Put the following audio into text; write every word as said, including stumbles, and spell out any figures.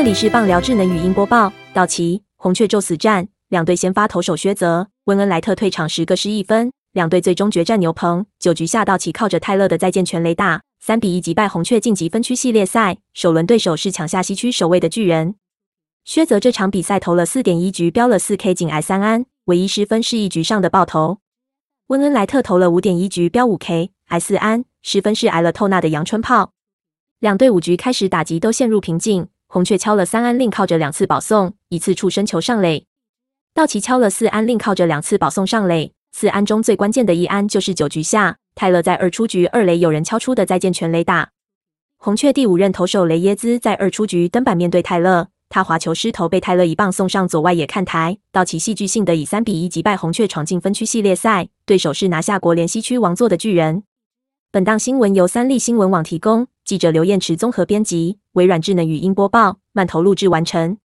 里是棒聊智能语音播报，道奇、红雀宙死战，两队先发投手薛泽、温恩莱特退场十个失一分，两队最终决战牛棚。九局下，道奇靠着泰勒的再见全垒打，三比一击败红雀晋级分区系列赛。首轮对手是抢下西区首位的巨人。薛泽这场比赛投了 四点一 局，飙了 四K， 仅挨三安，唯一失分是一局上的爆头。温恩莱特投了 五点一 局，飙 五K， 挨四安，失分是挨了透纳的阳春炮。两队五局开始打击都陷入平静。红雀敲了三安，另靠着两次保送，一次触身球上垒。道奇敲了四安，另靠着两次保送上垒。四安中最关键的一安就是九局下，泰勒在二出局二垒有人敲出的再见全垒打。红雀第五任投手雷耶兹在二出局登板面对泰勒，他滑球失投被泰勒一棒送上左外野看台。道奇戏剧性的以三比一击败红雀，闯进分区系列赛，对手是拿下国联西区王座的巨人。本档新闻由三立新闻网提供，记者刘彦池综合编辑，微软智能语音播报，慢投录制完成。